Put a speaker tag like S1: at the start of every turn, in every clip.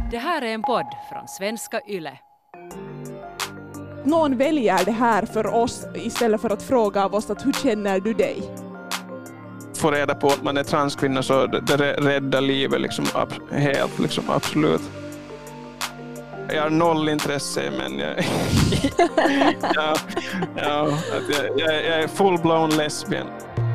S1: Det här är en podd från Svenska Yle.
S2: Någon väljer det här för oss istället för att fråga av oss att hur känner du dig?
S3: Få reda på att man är transkvinna så det räddar livet liksom, helt liksom, absolut. Jag har noll intresse men jag är full-blown lesbian.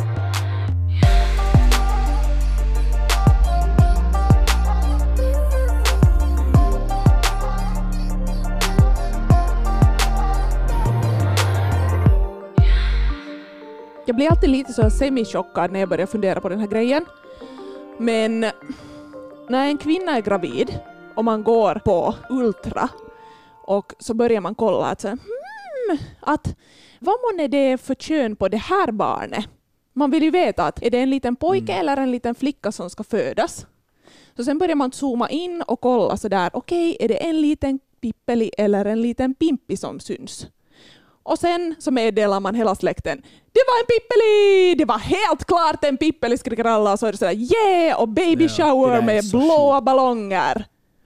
S2: Jag blir alltid lite så semi-chockad när jag börjar fundera på den här grejen. Men när en kvinna är gravid och man går på ultra och så börjar man kolla att vad månne är det för kön på det här barnet? Man vill ju veta att är det en liten pojke eller en liten flicka som ska födas? Så sen börjar man zooma in och kolla sådär, okej, är det en liten pippeli eller en liten pimpi som syns? Och sen så meddelar man hela släkten. Det var en pippeli! Det var helt klart en pippeli, skriker alla. Och så är det sådär, yeah! Och baby shower med blåa ballonger.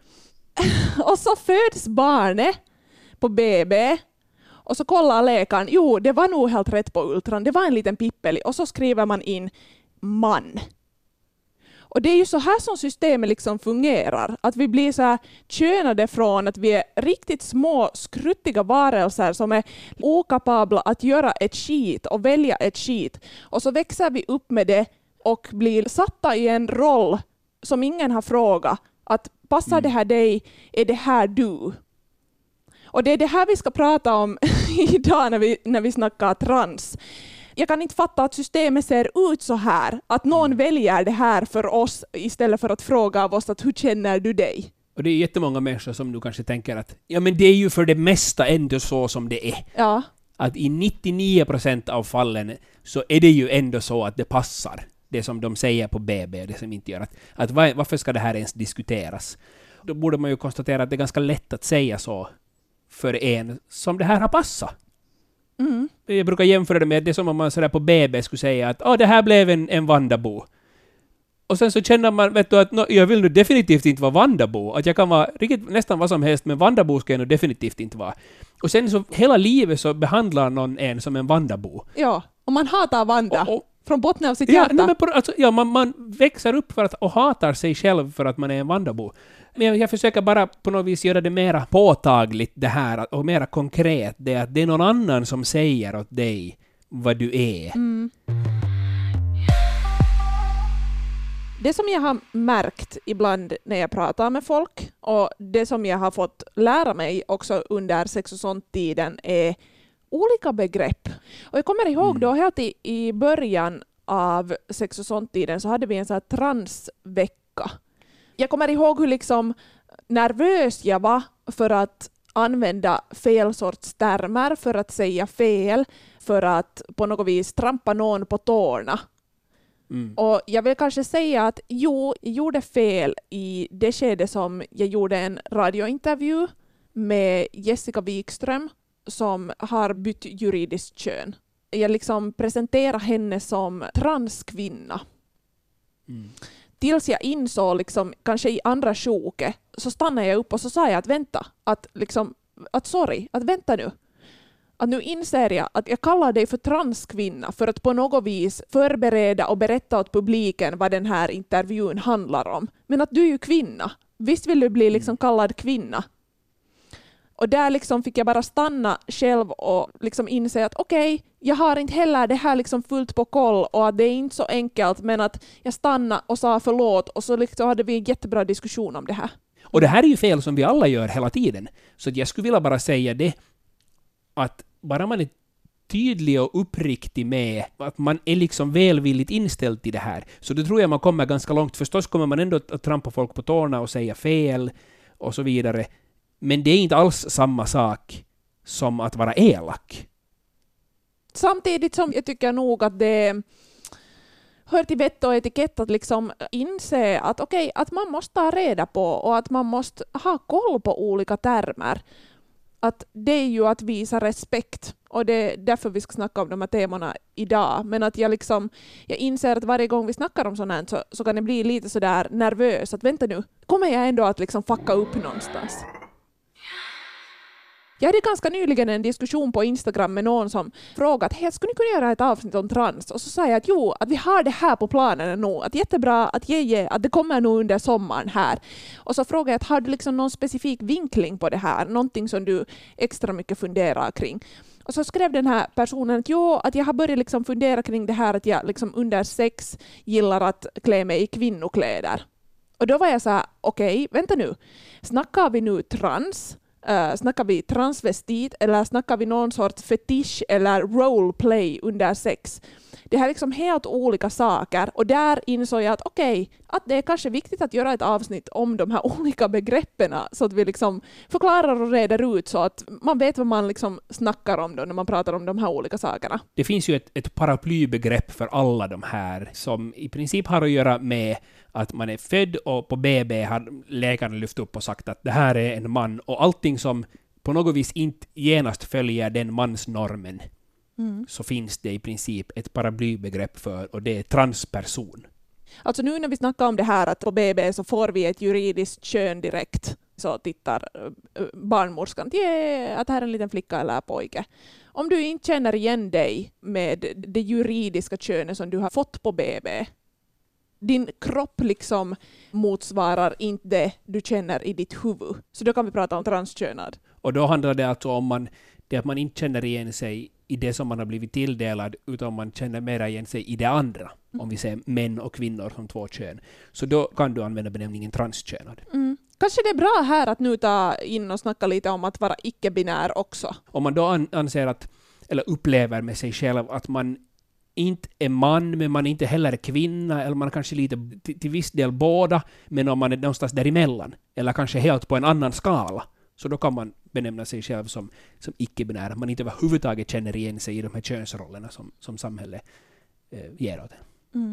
S2: Och så föds barnet på BB. Och så kollar läkaren. Jo, det var nog helt rätt på ultran. Det var en liten pippeli. Och så skriver man in man. Och det är ju så här som systemet liksom fungerar. Att vi blir så här könade från att vi är riktigt små skruttiga varelser som är okapabla att göra ett skit och välja ett skit. Och så växer vi upp med det och blir satta i en roll som ingen har frågat. Att passar det här dig? Är det här du? Och det är det här vi ska prata om idag när vi snackar trans. Jag kan inte fatta att systemet ser ut så här. Att någon väljer det här för oss istället för att fråga av oss att hur känner du dig?
S4: Och det är jättemånga människor som nu kanske tänker att ja, men det är ju för det mesta ändå så som det är.
S2: Ja.
S4: Att i 99% av fallen så är det ju ändå så att det passar. Det som de säger på BB, det som inte gör. Att varför ska det här ens diskuteras? Då borde man ju konstatera att det är ganska lätt att säga så för en som det här har passat.
S2: Mm.
S4: Jag brukar jämföra det med det som om man sådär på BB skulle säga att det här blev en Vandabo. Och sen så känner man att jag vill nu definitivt inte vara Vandabo. Att jag kan vara riktigt, nästan vad som helst, men Vandabo ska jag nu definitivt inte vara. Och sen så hela livet så behandlar någon en som en Vandabo.
S2: Ja, och man hatar Vanda från botten av sitt hjärta.
S4: Man växer upp för att, och hatar sig själv för att man är en Vandabo. Men jag försöker bara på något vis göra det mera påtagligt det här och mera konkret det att det är någon annan som säger åt dig vad du är.
S2: Mm. Det som jag har märkt ibland när jag pratar med folk och det som jag har fått lära mig också under sex och sånt-tiden är olika begrepp. Och jag kommer ihåg då helt i början av sex och sånt-tiden så hade vi en sån här transvecka. Jag kommer ihåg hur liksom nervös jag var för att använda fel sorts termer, för att säga fel, för att på något vis trampa någon på tårna. Och jag vill kanske säga att jag gjorde fel i det skede som jag gjorde en radiointervju med Jessica Wikström som har bytt juridiskt kön. Jag liksom presenterar henne som transkvinna. Tills jag insåg, liksom, kanske i andra sjoket, så stannade jag upp och så sa jag att vänta, att vänta nu. Att nu inser jag att jag kallar dig för transkvinna för att på något vis förbereda och berätta åt publiken vad den här intervjun handlar om. Men att du är ju kvinna. Visst vill du bli liksom kallad kvinna? Och där liksom fick jag bara stanna själv och liksom inse att okej, jag har inte heller det här liksom fullt på koll och att det är inte så enkelt, men att jag stannade och sa förlåt och så liksom hade vi en jättebra diskussion om det här.
S4: Och det här är ju fel som vi alla gör hela tiden. Så jag skulle vilja bara säga det att bara man är tydlig och uppriktig med att man är liksom välvilligt inställd till det här, så då tror jag man kommer ganska långt. Förstås kommer man ändå att trampa folk på tårna och säga fel och så vidare. Men det är inte alls samma sak som att vara elak.
S2: Samtidigt som jag tycker nog att det hör till vett och etikett att liksom inse att att man måste ta reda på och att man måste ha koll på olika termer. att det är ju att visa respekt. Och det är därför vi ska snacka om de här temana idag. Men att jag inser att varje gång vi snackar om sånt här så kan det bli lite sådär nervös. Att vänta nu, kommer jag ändå att liksom fucka upp någonstans? Jag hade ganska nyligen en diskussion på Instagram med någon som frågade hej, skulle ni kunna göra ett avsnitt om trans? Och så sa jag att att vi har det här på planen nu. Att jättebra, att det kommer nog under sommaren här. Och så frågade jag att har du liksom någon specifik vinkling på det här? Någonting som du extra mycket funderar kring? Och så skrev den här personen att jag har börjat liksom fundera kring det här att jag liksom under sex gillar att klä mig i kvinnokläder. Och då var jag så här, okej, vänta nu. Snackar vi nu trans? Snackar vi transvestit eller snackar vi någon sorts fetisch eller roleplay under sex? Det här är liksom helt olika saker och där insåg jag att att det är kanske viktigt att göra ett avsnitt om de här olika begreppen så att vi liksom förklarar och reder ut så att man vet vad man liksom snackar om då när man pratar om de här olika sakerna.
S4: Det finns ju ett paraplybegrepp för alla de här som i princip har att göra med att man är född och på BB har läkaren lyft upp och sagt att det här är en man och allting som på något vis inte genast följer den mansnormen så finns det i princip ett paraplybegrepp för och det är transperson.
S2: Alltså nu när vi snackar om det här att på BB så får vi ett juridiskt kön direkt så tittar barnmorskan att här är en liten flicka eller pojke. Om du inte känner igen dig med det juridiska könet som du har fått på BB, din kropp liksom motsvarar inte det du känner i ditt huvud. Så då kan vi prata om transkönad.
S4: Och då handlar det alltså om att man inte känner igen sig i det som man har blivit tilldelad utan man känner mer igen sig i det andra. Om vi ser män och kvinnor som två kön. Så då kan du använda benämningen transkönad.
S2: Kanske det är bra här att nu ta in och snacka lite om att vara icke-binär också.
S4: Om man då anser eller upplever med sig själv att man inte är man, men man inte heller är kvinna, eller man kanske lite till viss del båda, men om man är någonstans däremellan, eller kanske helt på en annan skala, så då kan man benämna sig själv som icke-binär. Man inte överhuvudtaget känner igen sig i de här könsrollerna som samhället ger åt det.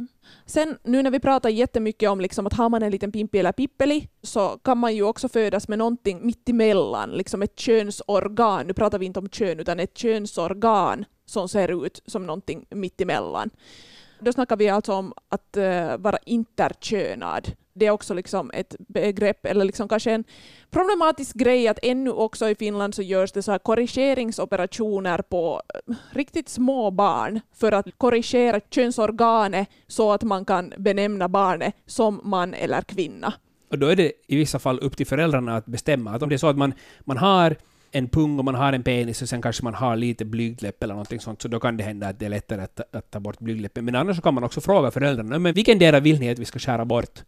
S2: Sen nu när vi pratar jättemycket om liksom att har man en liten pimpi eller pippeli så kan man ju också födas med någonting mittemellan, liksom ett könsorgan. Nu pratar vi inte om kön utan ett könsorgan som ser ut som någonting mittemellan. Då snackar vi alltså om att vara interkönad. Det är också liksom ett begrepp eller liksom kanske en problematisk grej att ännu också i Finland så görs det så här korrigeringsoperationer på riktigt små barn för att korrigera könsorganet så att man kan benämna barnet som man eller kvinna.
S4: Och då är det i vissa fall upp till föräldrarna att bestämma att om det är så att man har en pung och man har en penis och sen kanske man har lite blygdläpp eller någonting sånt, så då kan det hända att det är lättare att ta bort blygdläppen. Men annars så kan man också fråga föräldrarna, men vilken del vill ni att vi ska skära bort?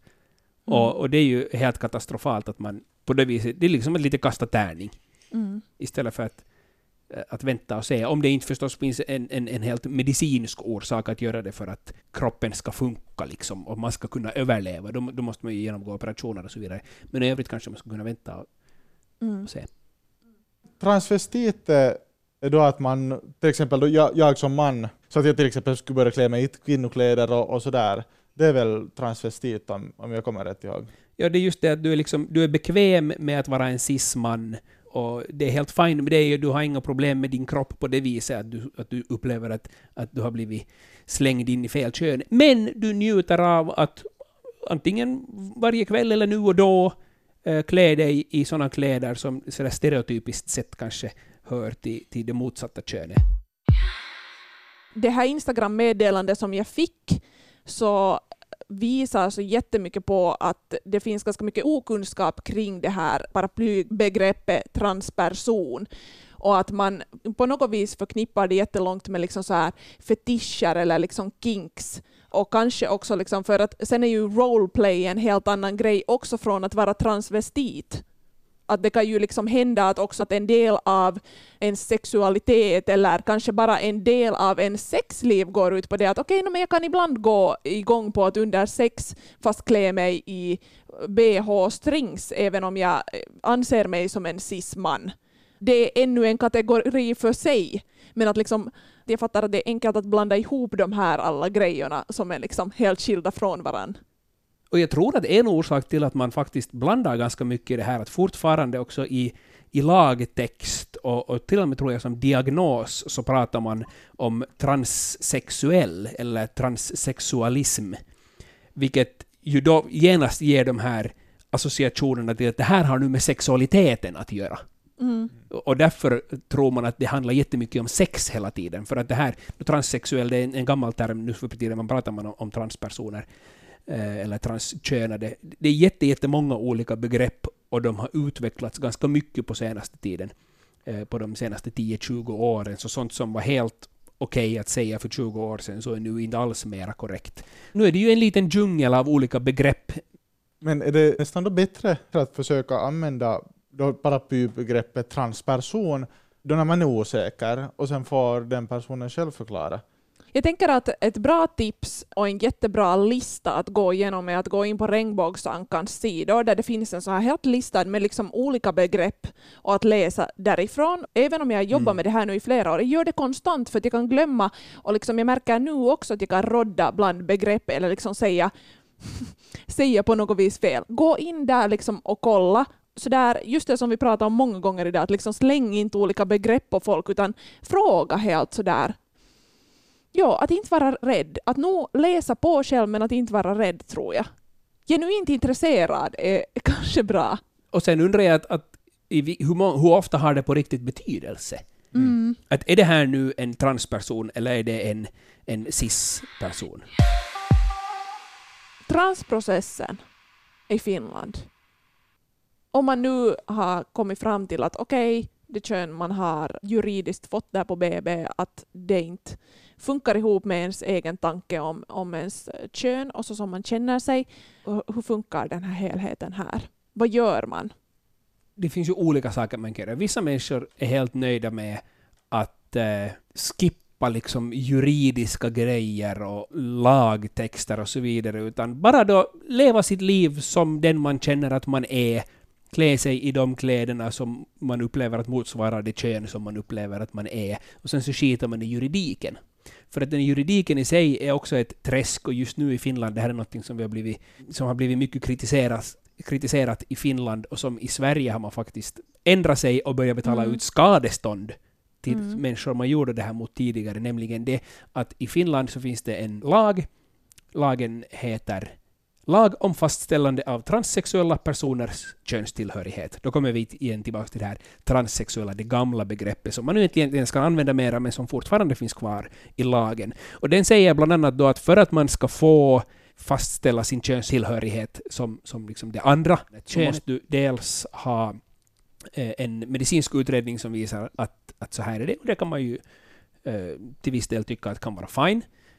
S4: Och det är ju helt katastrofalt att man på det viset, det är liksom ett lite kasta tärning. Istället för att vänta och se. Om det inte förstås finns en helt medicinsk orsak att göra det för att kroppen ska funka liksom, och man ska kunna överleva, då måste man ju genomgå operationer och så vidare. Men i övrigt kanske man ska kunna vänta och se.
S5: Transvestit är då att man, till exempel då jag som man, så att jag till exempel skulle börja klä mig i kvinnokläder och sådär. Det är väl transvestit om jag kommer rätt ihåg. Ja,
S4: det är just det att du är bekväm med att vara en cis-man och det är helt fint med det och du har inga problem med din kropp på det viset att du upplever att du har blivit slängd in i fel kön. Men du njuter av att antingen varje kväll eller nu och då klä dig i sådana kläder som sådär stereotypiskt sett kanske hör till det motsatta könet.
S2: Det här Instagram-meddelandet som jag fick så visar så jättemycket på att det finns ganska mycket okunskap kring det här paraplybegreppet transperson och att man på något vis förknippar det jättelångt med liksom så här fetischer eller liksom kinks och kanske också liksom för att sen är ju roleplay en helt annan grej också från att vara transvestit. Att det kan ju liksom hända att också att en del av en sexualitet eller kanske bara en del av en sexliv går ut på det att men jag kan ibland gå igång på att under sex fast klä mig i BH-strings även om jag anser mig som en cis-man. Det är ännu en kategori för sig. Men att liksom, jag fattar att det är enkelt att blanda ihop de här alla grejerna som är liksom helt skilda från varandra.
S4: Och jag tror att en orsak till att man faktiskt blandar ganska mycket i det här, att fortfarande också i i lagtext och till och med tror jag som diagnos så pratar man om transsexuell eller transsexualism, vilket ju då genast ger de här associationerna till att det här har nu med sexualiteten att göra. Och därför tror man att det handlar jättemycket om sex hela tiden. För att det här, transsexuell, det är en gammal term nu för tiden, man pratar om transpersoner eller transkönade. Det är jättemånga olika begrepp och de har utvecklats ganska mycket på senaste tiden. På de senaste 10-20 åren. Så sånt som var helt okej att säga för 20 år sedan så är nu inte alls mera korrekt. Nu är det ju en liten djungel av olika begrepp.
S5: Men är det nästan då bättre att försöka använda då paraplybegreppet transperson då när man är osäker och sen får den personen själv förklara?
S2: Jag tänker att ett bra tips och en jättebra lista att gå igenom är att gå in på Regnbågsankans sidor där det finns en så här helt listad med liksom olika begrepp och att läsa därifrån. Även om jag jobbar med det här nu i flera år, jag gör det konstant för att jag kan glömma och liksom jag märker nu också att jag kan rodda bland begrepp eller liksom säga på något vis fel. Gå in där liksom och kolla. Så där, just det som vi pratar om många gånger idag, att liksom släng inte olika begrepp på folk utan fråga helt sådär. Ja, att inte vara rädd. Att nog läsa på själv men att inte vara rädd tror jag. Genuint intresserad är kanske bra.
S4: Och sen undrar jag att hur ofta har det på riktigt betydelse? Att är det här nu en transperson eller är det en cis-person?
S2: Transprocessen i Finland. Om man nu har kommit fram till att okej, det kön man har juridiskt fått där på BB, att det inte funkar ihop med ens egen tanke om ens kön och så som man känner sig. Hur funkar den här helheten här? Vad gör man?
S4: Det finns ju olika saker man kan göra. Vissa människor är helt nöjda med att skippa liksom juridiska grejer och lagtexter och så vidare, utan bara då leva sitt liv som den man känner att man är. Klä sig i de kläderna som man upplever att motsvarar det kön som man upplever att man är. Och sen så skitar man i juridiken. För att den juridiken i sig är också ett träsk och just nu i Finland, det här är något som har blivit mycket kritiserat i Finland och som i Sverige har man faktiskt ändrat sig och börjat betala ut skadestånd till människor man gjorde det här mot tidigare. Nämligen det att i Finland så finns det en lag. Lagen heter Lag om fastställande av transsexuella personers könstillhörighet. Då kommer vi igen tillbaka till det här transsexuella, det gamla begreppet som man nu inte egentligen ska använda mera men som fortfarande finns kvar i lagen. Och den säger bland annat då att för att man ska få fastställa sin könstillhörighet som liksom det andra könet, måste du dels ha en medicinsk utredning som visar att så här är det. Och det kan man ju till viss del tycka att kan vara fine.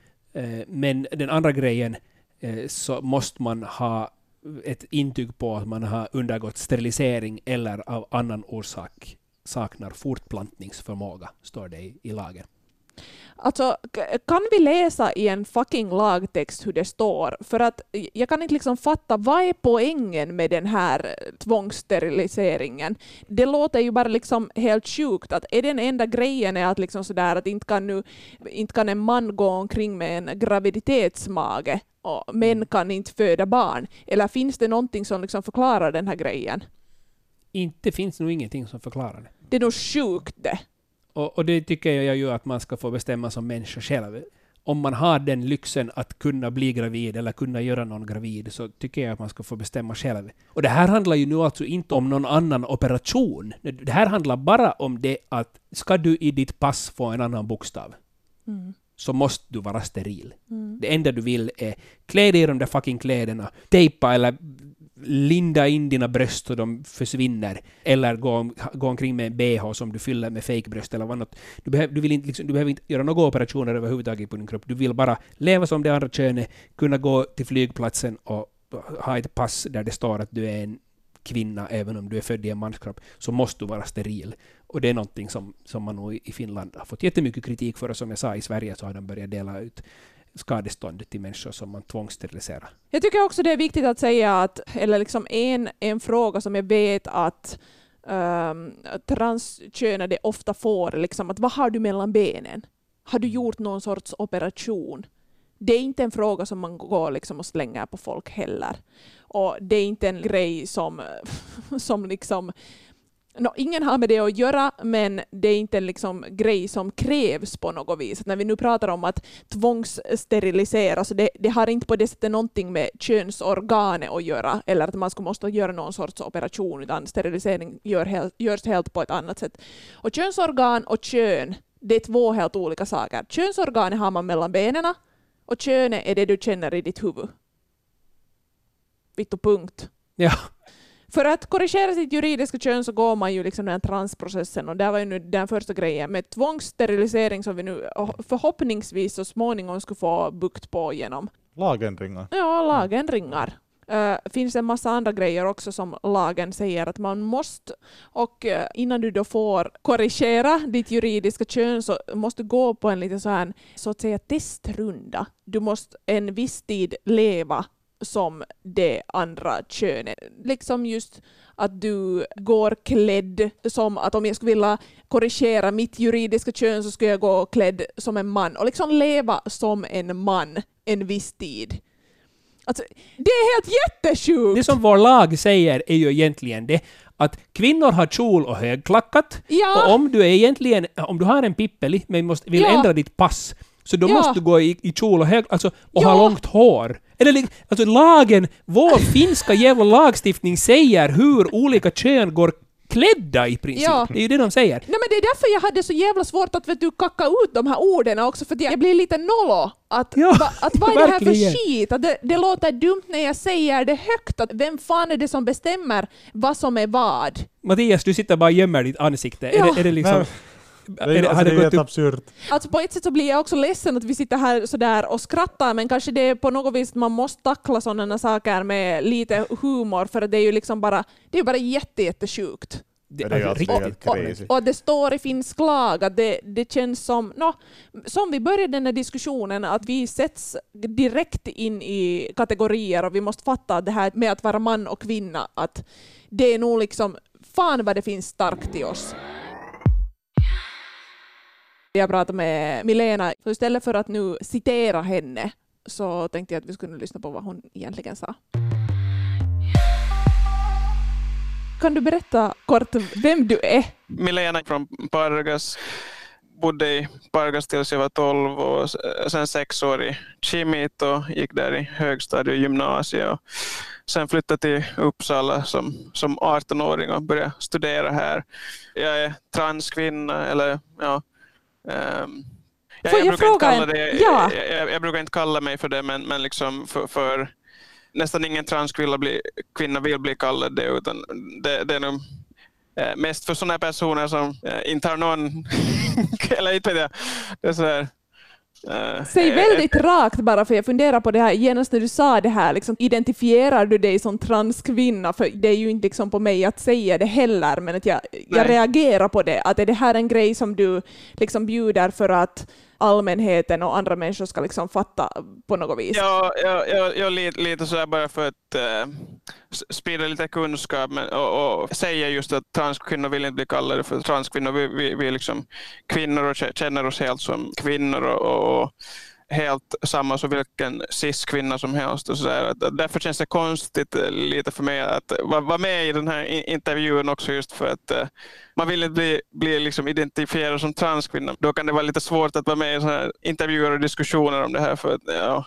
S4: Men den andra grejen så måste man ha ett intyg på att man har undergått sterilisering eller av annan orsak saknar fortplantningsförmåga, står det i lagen.
S2: Alltså, kan vi läsa i en fucking lagtext hur det står? För att jag kan inte liksom fatta, vad är poängen med den här tvångssteriliseringen? Det låter ju bara liksom helt sjukt. Att är den enda grejen är att liksom sådär att inte kan en man gå omkring med en graviditetsmage och män kan inte föda barn? Eller finns det någonting som liksom förklarar den här grejen?
S4: Inte finns nog ingenting som förklarar det.
S2: Det är nog sjukt det.
S4: Och det tycker jag ju att man ska få bestämma som människa själv. Om man har den lyxen att kunna bli gravid eller kunna göra någon gravid så tycker jag att man ska få bestämma själv. Och det här handlar ju nu alltså inte om någon annan operation. Det här handlar bara om det att ska du i ditt pass få en annan bokstav så måste du vara steril. Det enda du vill är klä dig i de där fucking kläderna, tejpa eller linda in dina bröst så de försvinner eller gå omkring med en BH som du fyller med fake-bröst eller vad något. Du behöver inte göra några operationer överhuvudtaget på din kropp. Du vill bara leva som det andra könet, kunna gå till flygplatsen och ha ett pass där det står att du är en kvinna även om du är född i en manskropp, så måste du vara steril. Och det är någonting som man nog i Finland har fått jättemycket kritik för, och som jag sa i Sverige så har de börjat dela ut skadestånd till människor som man tvångssteriliserar.
S2: Jag tycker också det är viktigt att säga att, eller liksom en fråga som jag vet att transkönade ofta får, liksom att vad har du mellan benen? Har du gjort någon sorts operation? Det är inte en fråga som man går liksom och slänger på folk heller. Och det är inte en grej som liksom Ingen har med det att göra, men det är inte en liksom grej som krävs på något vis. Att när vi nu pratar om att tvångssterilisera, så det har inte på det sättet någonting med könsorganet att göra, eller att man måste göra någon sorts operation, utan sterilisering görs helt på ett annat sätt. Och könsorgan och kön, det är två helt olika saker. Könsorganet har man mellan benen, och könet är det du känner i ditt huvud. Vittu punkt.
S4: Ja.
S2: För att korrigera sitt juridiska kön så går man ju liksom den transprocessen, och det var ju nu den första grejen med tvångssterilisering som vi nu förhoppningsvis så småningom ska få bukt på genom
S5: Lagändringar.
S2: Ja, lagändringar. Finns en massa andra grejer också som lagen säger att man måste, och innan du då får korrigera ditt juridiska kön så måste du gå på en liten så att säga testrunda. Du måste en viss tid leva som det andra könet. Liksom just att du går klädd som att om jag skulle vilja korrigera mitt juridiska kön så skulle jag gå klädd som en man och liksom leva som en man en viss tid. Alltså, det är helt jättesjukt!
S4: Det som vår lag säger är ju egentligen det att kvinnor har kjol och högklackat,
S2: Ja.
S4: och om du har en pippeli men vill ändra ditt pass, så då måste du gå i kjol och och ha långt hår. Eller, alltså lagen, vår finska jävla lagstiftning säger hur olika kön går klädda i princip.
S2: Ja.
S4: Det är ju det de säger.
S2: Nej, men det är därför jag hade så jävla svårt att kacka ut de här orden också, för att jag blir lite nollo. Att vad är det här
S4: verkligen.
S2: för skit? Att det låter dumt när jag säger det högt. Att vem fan är det som bestämmer vad som är vad?
S4: Mattias, du sitter bara och gömmer ditt ansikte.
S2: Ja.
S4: Är det liksom...
S5: Nej. Det är helt absurt.
S2: Alltså på ett sätt så blir jag också ledsen att vi sitter här sådär och skrattar, men kanske det är på något vis man måste tackla sådana saker med lite humor, för det är ju liksom bara jättesjukt.
S5: Det är alltså helt crazy.
S2: Och det står i finsk lag att det känns som vi började den här diskussionen, att vi sätts direkt in i kategorier och vi måste fatta det här med att vara man och kvinna, att det är nog liksom fan vad det finns starkt i oss. Jag pratade med Milena, så istället för att nu citera henne så tänkte jag att vi skulle lyssna på vad hon egentligen sa. Kan du berätta kort vem du är?
S3: Milena från Pargas. Bodde i Pargas tills jag var 12 och sen 6 år i Kimit och gick där i högstadie och gymnasiet. Och sen flyttade till Uppsala som 18-åring och började studera här. Jag är transkvinna, eller ja... Jag brukar inte kalla mig för det, men liksom för nästan ingen transkvinna vill bli kallad det, utan det är nog mest för sådana personer som inte har någon eller inte vet jag. Det är så här,
S2: säg väldigt rakt bara, för jag funderar på det här genast när du sa det här, liksom, identifierar du dig som transkvinna? För det är ju inte liksom på mig att säga det heller, men att jag reagerar på det, att är det här en grej som du liksom bjuder för att allmänheten och andra människor ska liksom fatta på något vis?
S3: Jag lite så här bara för att sprida lite kunskap och säga just att transkvinnor vill inte bli kallade för transkvinnor. Vi är liksom kvinnor och känner oss helt som kvinnor och helt samma som vilken cis-kvinna som helst. Och så där. Därför känns det konstigt lite för mig att vara med i den här intervjun också, just för att man vill inte bli liksom identifierad som transkvinna. Då kan det vara lite svårt att vara med i såna här intervjuer och diskussioner om det här. För att,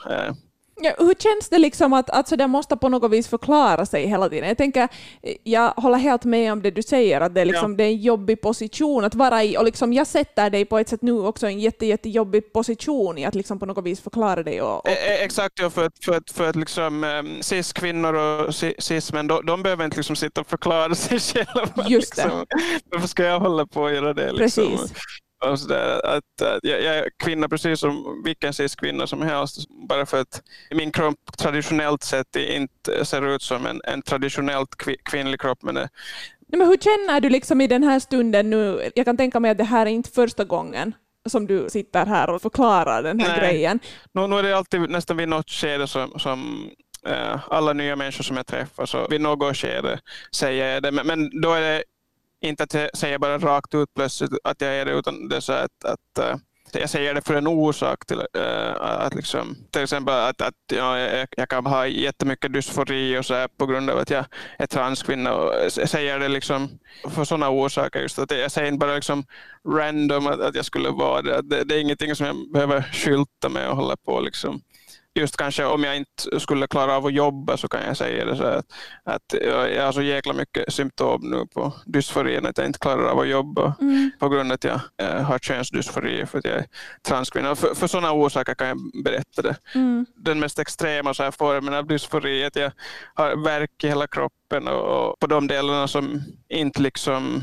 S2: Ja, hur känns det liksom att så där måste på något vis förklara sig hela tiden? Jag håller helt med om det du säger, att det är, liksom, det är en jobbig position att vara i, och liksom jag sätter dig på ett sätt nu också i en jättejobbig position i att liksom på något vis förklara dig.
S3: Exakt, ja, för att liksom cis-kvinnor och cis-män, de behöver inte liksom sitta och förklara sig själva.
S2: Just det.
S3: Liksom. Varför ska jag hålla på och göra det? Liksom?
S2: Precis.
S3: Och så där, att jag är kvinna precis som vilken cis-kvinna som helst, bara för att min kropp traditionellt sett inte ser ut som en traditionellt kvinnlig kropp. Men
S2: hur känner du liksom i den här stunden nu? Jag kan tänka mig att det här är inte första gången som du sitter här och förklarar den här grejen.
S3: Nu är det alltid nästan vid något skede som alla nya människor som jag träffar, så vid något skede säger jag det. Men då är det inte att jag säger bara rakt ut plötsligt att jag är det, utan det är så att jag säger det för en orsak till att liksom, till exempel att jag kan ha jättemycket dysfori och så här på grund av att jag är transkvinna, och jag säger det liksom för sådana orsaker, just att jag säger inte bara liksom random att jag skulle vara det. Det är ingenting som jag behöver skylta med och hålla på liksom. Just kanske om jag inte skulle klara av att jobba, så kan jag säga det så att jag har så jäkla mycket symptom nu på dysforin att jag inte klarar av att jobba på grund av att jag har könsdysfori för att jag är transkvinna. För sådana orsaker kan jag berätta det. Den mest extrema så här formen av dysfori är att jag har värk i hela kroppen och på de delarna som inte liksom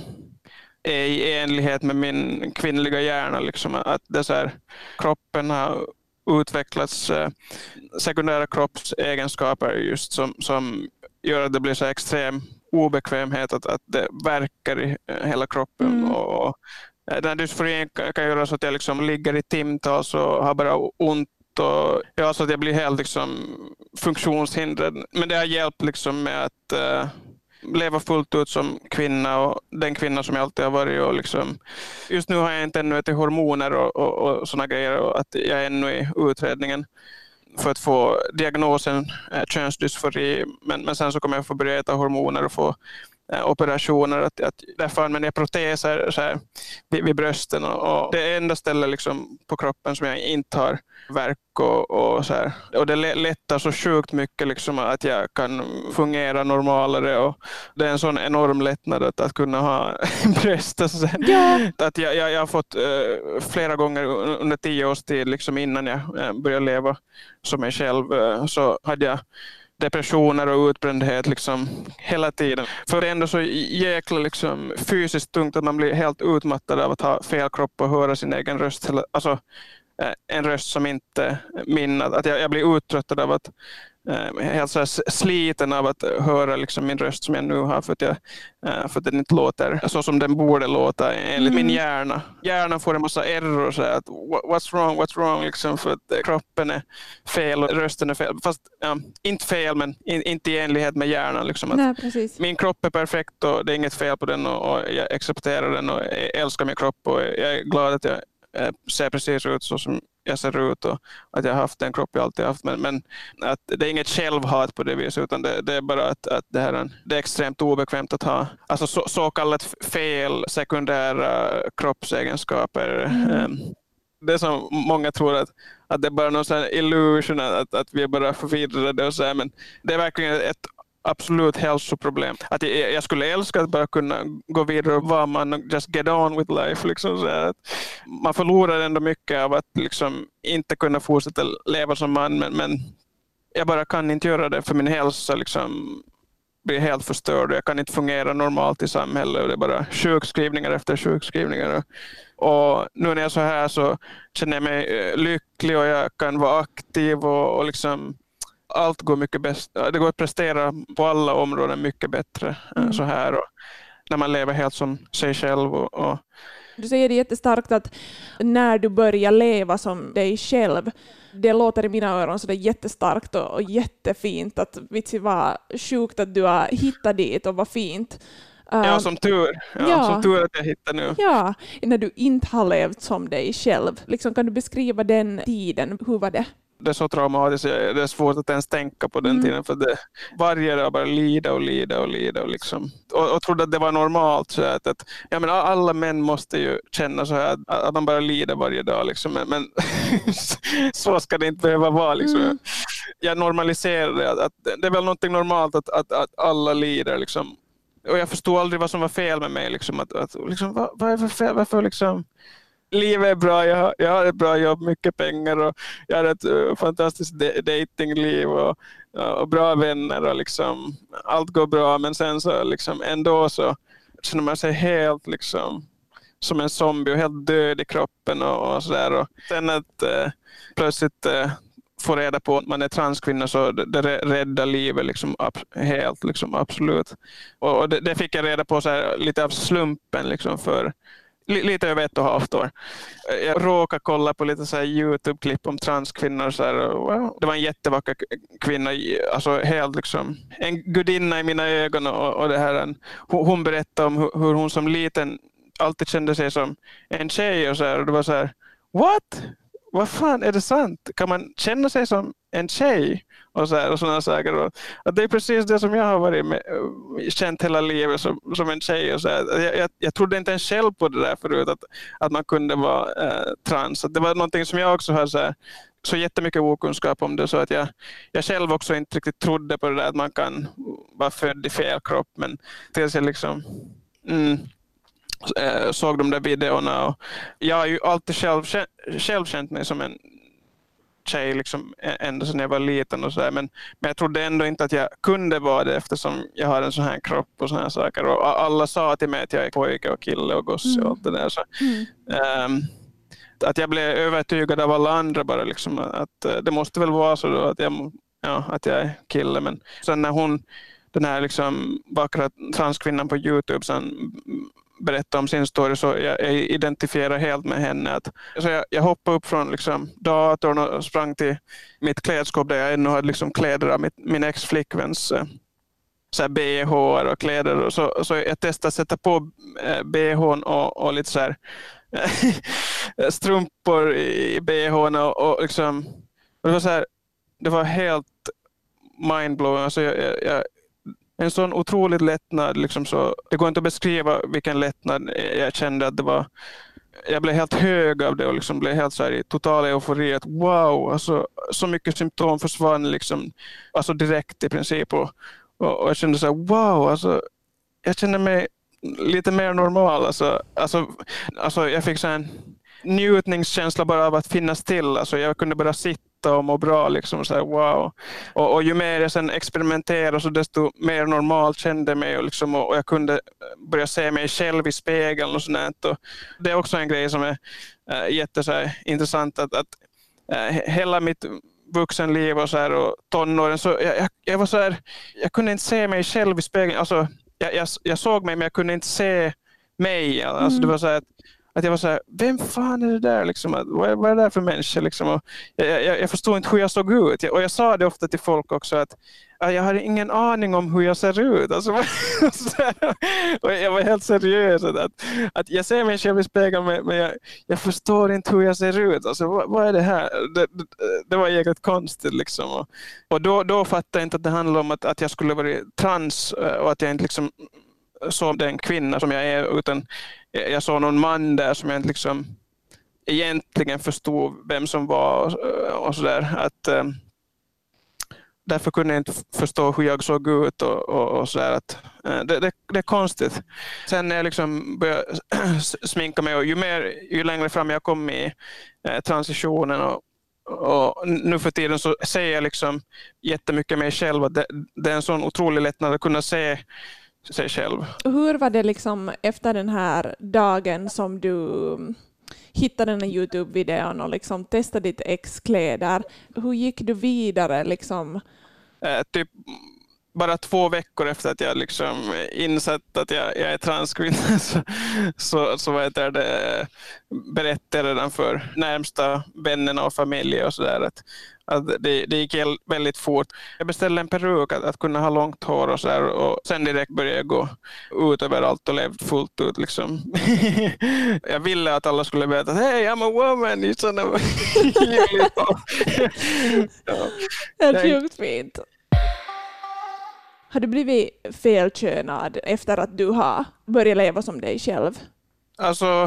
S3: är i enlighet med min kvinnliga hjärna. Liksom, att det så här, kroppen har utvecklats sekundära kroppsegenskaper just som gör att det blir så extrem obekvämhet att det verkar i hela kroppen. Och den här dysforin kan göra så att jag liksom ligger i timtals och har bara ont och så att jag blir helt liksom funktionshindrad. Men det har hjälpt liksom med att leva fullt ut som kvinna och den kvinna som jag alltid har varit. Och liksom, just nu har jag inte ännu ätit hormoner och såna grejer, och att jag är ännu i utredningen för att få diagnosen könsdysfori. Men sen så kommer jag få börja äta hormoner och få operationer. Att därför använder jag proteser så här, vid brösten. Och det är enda stället liksom på kroppen som jag inte har värk och så här. Och det lättar så sjukt mycket liksom att jag kan fungera normalare. Och det är en sån enorm lättnad att kunna ha bröst. Så att jag har fått flera gånger under 10 års tid liksom innan jag började leva som mig själv, så hade jag depressioner och utbrändhet liksom hela tiden. För det är ändå så jäkla liksom fysiskt tungt att man blir helt utmattad av att ha fel kropp och höra sin egen röst. Alltså en röst som inte min. Att jag blir uttröttad av att helt så här sliten av att höra liksom min röst som jag nu har, för att den inte låter så som den borde låta enligt min hjärna. Hjärnan får en massa error så här, att what's wrong liksom, för att kroppen är fel och rösten är fel. Fast inte fel, men inte i enlighet med hjärnan liksom. Att
S2: nej, precis.
S3: min kropp är perfekt och det är inget fel på den, och jag accepterar den och jag älskar min kropp och jag är glad att jag ser precis ut så som jag ser ut och att jag har haft den kropp jag alltid haft, men att det är inget självhat på det viset, utan det är bara att det är extremt obekvämt att ha alltså så kallat fel sekundära kroppsegenskaper. Det är som många tror att det är bara någon sån här illusion att vi är bara förvirrade och så här, men det är verkligen ett absolut hälsoproblem. Att jag skulle älska att bara kunna gå vidare och vara man och just get on with life. Liksom, så att man förlorar ändå mycket av att liksom inte kunna fortsätta leva som man, men jag bara kan inte göra det, för min hälsa liksom blir helt förstörd. Jag kan inte fungera normalt i samhället och det är bara sjukskrivningar efter sjukskrivningar. Och nu när jag är så här så känner jag mig lycklig och jag kan vara aktiv och liksom allt går mycket bättre. Det går att prestera på alla områden mycket bättre så här, och när man lever helt som sig själv. Och
S2: du säger det jättestarkt att när du börjar leva som dig själv, det låter i mina öron så det är jättestarkt och jättefint, att vitsi var sjukt att du har hittat dit och vad fint.
S3: Ja, som tur. Som tur att jag hittar nu.
S2: Ja, när du inte har levt som dig själv. Liksom, kan du beskriva den tiden? Hur var det?
S3: Det är så traumatiskt. Det är svårt att ens tänka på den tiden. För varje dag bara lida och liksom. Och trodde att det var normalt. Så att ja, men alla män måste ju känna så här att de bara lider varje dag. Liksom. Men så ska det inte behöva vara. Liksom. Jag normaliserar det. Att det är väl något normalt att alla lider. Liksom. Och jag förstod aldrig vad som var fel med mig. Liksom, liksom, vad är för fel? Varför liksom? Livet är bra, jag har ett bra jobb, mycket pengar och jag har ett fantastiskt datingliv och bra vänner och liksom, allt går bra, men sen så liksom, ändå så känner man sig helt liksom, som en zombie och helt död i kroppen och sådär. Och sen att plötsligt få reda på att man är transkvinna, så det räddar livet liksom, helt, liksom, absolut. Och det fick jag reda på så här, lite av slumpen liksom, för lite över 1,5 år. Jag råkade kolla på lite så här YouTube-klipp om transkvinnor. Så här, wow. Det var en jättevacker kvinna, alltså helt liksom, en gudinna i mina ögon. Och det här, hon berättade om hur hon som liten alltid kände sig som en tjej. Och så här, och det var så här, what? Vad fan, är det sant? Kan man känna sig som en tjej? Och sådana saker. Och att det är precis det som jag har varit med, känt hela livet som en tjej. Och så här. Jag trodde inte ens själv på det där förut, att man kunde vara trans. Att det var någonting som jag också har så jättemycket okunskap om det, så att jag själv också inte riktigt trodde på det där att man kan vara född i fel kropp. Men tills jag liksom såg de där videorna, och jag har ju alltid själv känt mig som en tjej liksom, ända sedan jag var liten och så där. Men jag trodde ändå inte att jag kunde vara det, eftersom jag har en sån här kropp och såna här saker, och alla sa till mig att jag är pojke och kille och gosse och allt det där. Så, att jag blev övertygad av alla andra bara liksom, att det måste väl vara så då, att jag är kille. Men sen när den här liksom vackra transkvinnan på YouTube sen berätta om sin story, så jag identifierar helt med henne. Så jag hoppade upp från liksom datorn och sprang till mitt klädskåp där jag ännu hade liksom kläder av min ex-flickväns BH och kläder. Och så jag testade att sätta på BH:n och lite så här strumpor i BH:n och liksom, och det var så här, det var helt mindblowing. Alltså en sån otroligt lättnad liksom, så det går inte att beskriva vilken lättnad jag kände. Att det var, jag blev helt hög av det och liksom blev helt så här i total eufori, att wow, alltså så mycket symptom försvann liksom, alltså direkt i princip, och jag kände så här, wow, alltså jag kände mig lite mer normal, alltså jag fick så en njutningskänsla bara av att finnas till. Alltså jag kunde bara sitta och må bra liksom, så här, wow. Och ju mer jag sen experimenterade, så desto mer normalt kände jag mig, och liksom, och jag kunde börja se mig själv i spegeln och sånt. Och det är också en grej som är jätteintressant, att hela mitt vuxenliv och så här, och tonåren, så jag var så här, jag kunde inte se mig själv i spegeln. Alltså jag såg mig, men jag kunde inte se mig. Alltså det var så här att jag var så här, vem fan är det där liksom? Vad är det där för människa liksom? Och jag förstod inte hur jag såg ut. Och jag sa det ofta till folk också, att jag hade ingen aning om hur jag ser ut. Alltså, och jag var helt seriös. Att jag ser mig själv i spegeln, men jag förstår inte hur jag ser ut. Alltså, vad är det här? Det var jäkligt konstigt liksom. Och då fattade jag inte att det handlade om att jag skulle vara trans, och att jag inte liksom såg den kvinna som jag är, utan jag såg någon man där som jag inte liksom egentligen förstod vem som var, och sådär. Att därför kunde jag inte förstå hur jag såg ut och sådär. Att det är konstigt. Sen när jag liksom började sminka mig, och ju längre fram jag kom i transitionen, och nu för tiden så ser jag liksom jättemycket mig själv, att det är en sån otrolig lättnad att kunna se sig själv.
S2: Hur var det liksom efter den här dagen som du hittade den här YouTube-videon och liksom testade ditt ex-kläder? Hur gick du vidare liksom?
S3: Typ bara 2 veckor efter att jag liksom insett att jag är transkvinna, så berättade jag redan för närmsta vännerna och familj och sådär, att det gick väldigt fort. Jag beställde en peruk att kunna ha långt hår och sådär, och sen direkt började jag gå ut överallt och levt fullt ut liksom. Jag ville att alla skulle veta att hey, I'm a woman.
S2: Det är sjukt fint. Har du blivit felkönad efter att du har börjat leva som dig själv?
S3: Alltså,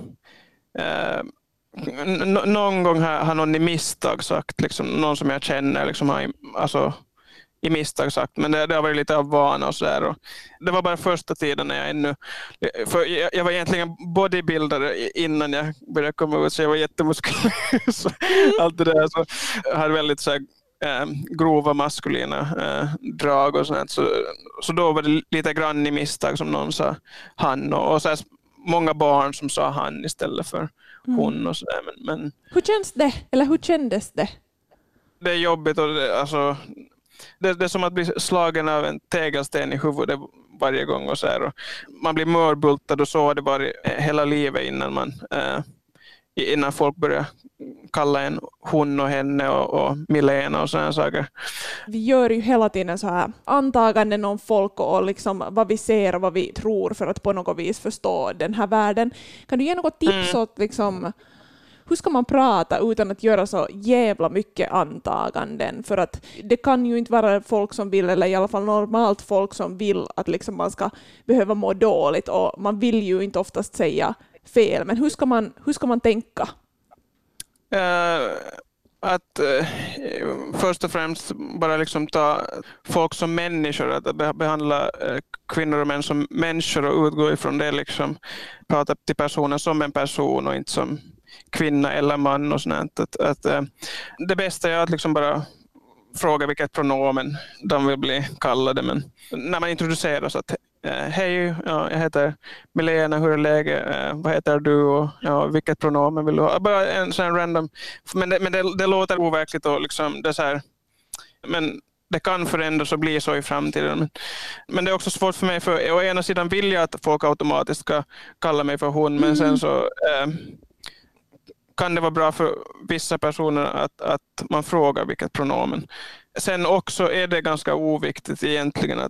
S3: någon gång har någon i misstag sagt, liksom, någon som jag känner liksom, har i misstag sagt, men det har varit lite av vana och sådär. Det var bara första tiden när för jag var egentligen bodybuildare innan jag började komma ut, så jag var jättemuskulös. Allt det där, så jag hade väldigt så här, grova maskulina drag och sånt. Så då var det lite grann i misstag som någon sa han, och så här, många barn som sa han istället för hon och sådär. Men
S2: hur känns det? Eller hur kändes det?
S3: Det är jobbigt, och det är som att bli slagen av en tegelsten i huvudet varje gång och så här. Och man blir mörbultad, och så har det varit hela livet innan folk börjar kalla en hon och henne och Milena och sådana saker.
S2: Vi gör ju hela tiden så här antaganden om folk och liksom vad vi ser och vad vi tror, för att på något vis förstå den här världen. Kan du ge något tips åt liksom hur ska man prata utan att göra så jävla mycket antaganden? För att det kan ju inte vara folk som vill, eller i alla fall normalt folk som vill att liksom man ska behöva må dåligt, och man vill ju inte oftast säga fel. Men hur ska man tänka?
S3: Att först och främst bara liksom ta folk som människor, att behandla kvinnor och män som människor och utgå ifrån det, liksom prata till personen som en person och inte som kvinna eller man och sånt. Att det bästa är att liksom bara fråga vilket pronomen de vill bli kallade, men när man introducerar så att hej, ja, jag heter Milena, hur är läget? Vad heter du? Och ja, vilket pronomen vill du ha? Bara en sån random. Men det låter overkligt och liksom det är så här, men det kan förändras och bli så i framtiden. Men det är också svårt för mig, för å ena sidan vill jag att folk automatiskt ska kalla mig för hon, men sen så kan det vara bra för vissa personer att man frågar vilket pronomen. Sen också är det ganska oviktigt egentligen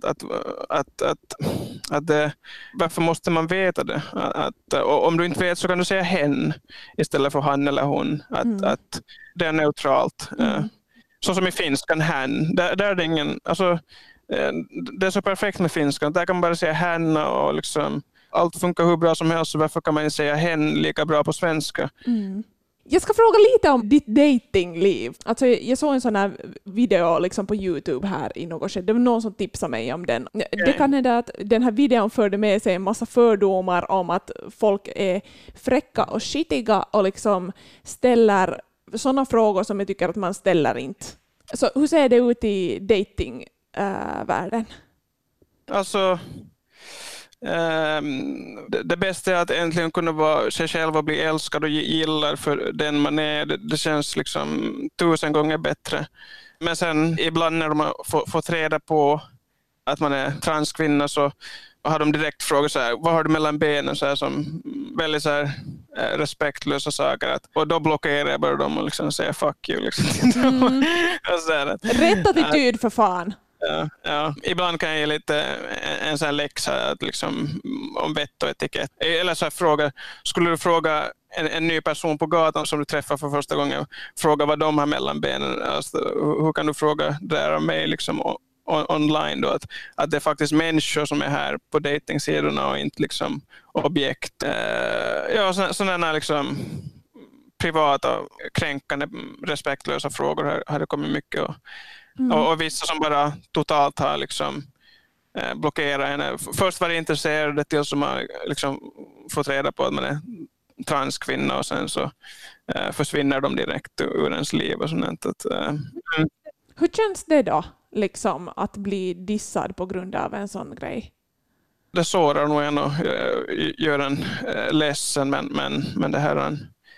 S3: att det, varför måste man veta det? Och om du inte vet så kan du säga hen istället för han eller hon. Att det är neutralt. Så som i finskan, hen. Där är det ingen, alltså, det är så perfekt med finskan. Där kan man bara säga hen och liksom, allt funkar hur bra som helst, så varför kan man inte säga hen lika bra på svenska?
S2: Jag ska fråga lite om ditt datingliv. Alltså, jag såg en sån här video liksom på YouTube här i något skede. Det var någon som tipsade mig om den. Det kan hända att den här videon förde med sig en massa fördomar om att folk är fräcka och skitiga och liksom ställer sådana frågor som jag tycker att man ställer inte. Så hur ser det ut i datingvärlden?
S3: Alltså, det bästa är att äntligen kunna vara sig själv och bli älskad och gillar för den man är. Det känns liksom 1000 gånger bättre. Men sen ibland när de har fått reda på att man är transkvinna så har de direkt frågat så här, vad har du mellan benen, så här, som väldigt så här, respektlösa saker. Och då blockerar jag bara dem och liksom säger fuck you. Liksom.
S2: Rätt attityd för fan.
S3: Ja. Ibland kan jag ge lite en sån här läxa att liksom, om vett och etikett. Eller så här fråga, skulle du fråga en ny person på gatan som du träffar för första gången, fråga vad de har mellan benen. Alltså, hur kan du fråga där av mig liksom online då, att det är faktiskt människor som är här på datingsidorna och inte liksom objekt. Ja, sådana liksom privata, kränkande, respektlösa frågor har det kommit mycket. Och vissa som bara totalt har liksom blockerat henne. Först var det intresserade till som har liksom fått reda på att man är transkvinna och sen så försvinner de direkt ur ens liv och sånt.
S2: Hur känns det då, liksom, att bli dissad på grund av en sån grej?
S3: Det sårar nog en och gör en ledsen, men det här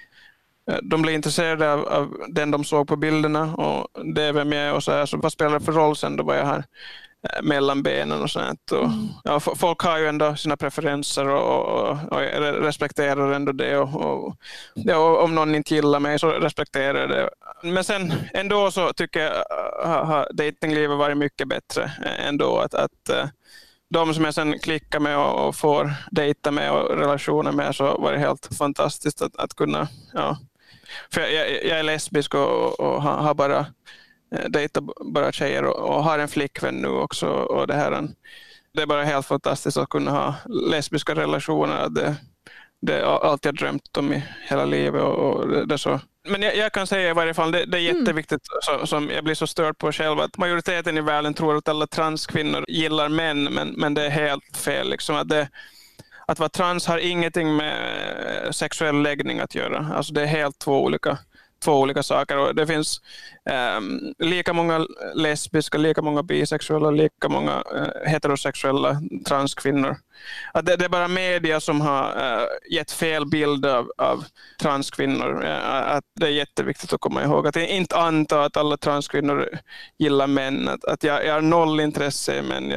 S3: de blev intresserade av den de såg på bilderna och det är vem jag är och så här, så vad spelar det för roll sen då vad jag har mellan benen och sånt. Och, ja, folk har ju ändå sina preferenser och respekterar ändå det och om någon inte gillar mig så respekterar det. Men sen ändå så tycker jag har datinglivet varit mycket bättre ändå att de som jag sen klickar med och får dejta med och relationer med, så var det helt fantastiskt att kunna, ja. För jag är lesbisk och har bara dejtat bara tjejer och har en flickvän nu också, och det är bara helt fantastiskt att kunna ha lesbiska relationer. Det är allt jag drömt om i hela livet och det är så. Men jag kan säga i varje fall, det är jätteviktigt, som jag blir så störd på själv, att majoriteten i världen tror att alla transkvinnor gillar män, men det är helt fel. Liksom, att vara trans har ingenting med sexuell läggning att göra. Alltså det är helt två olika saker. Och det finns lika många lesbiska, lika många bisexuella, lika många heterosexuella transkvinnor. Att det är bara media som har gett fel bild av transkvinnor. Att det är jätteviktigt att komma ihåg. Att jag inte anta att alla transkvinnor gillar män. Att jag har noll intresse i män.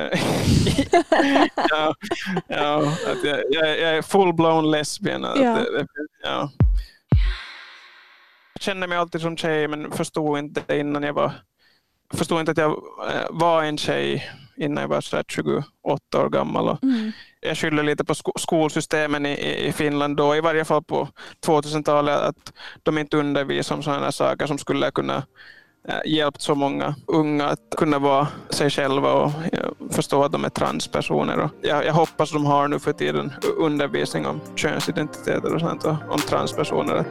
S3: Att jag är full-blown lesbian. Ja. Jag kände mig alltid som tjej, men förstod inte det innan jag var förstod inte att jag var en tjej innan jag var så 28 år gammal. Och jag skyller lite på skolsystemen i Finland då, i varje fall på 2000-talet, att de inte undervisar om sådana saker som skulle kunna hjälpt så många unga att kunna vara sig själva och förstå att de är transpersoner. Och jag hoppas de har nu för tiden undervisning om könsidentiteter och sånt och om transpersoner.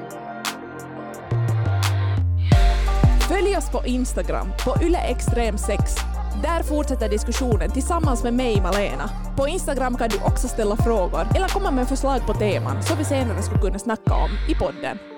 S2: Följ oss på Instagram på ylextrem6. Där fortsätter diskussionen tillsammans med mig, Malena. På Instagram kan du också ställa frågor eller komma med förslag på teman som vi senare skulle kunna snacka om i podden.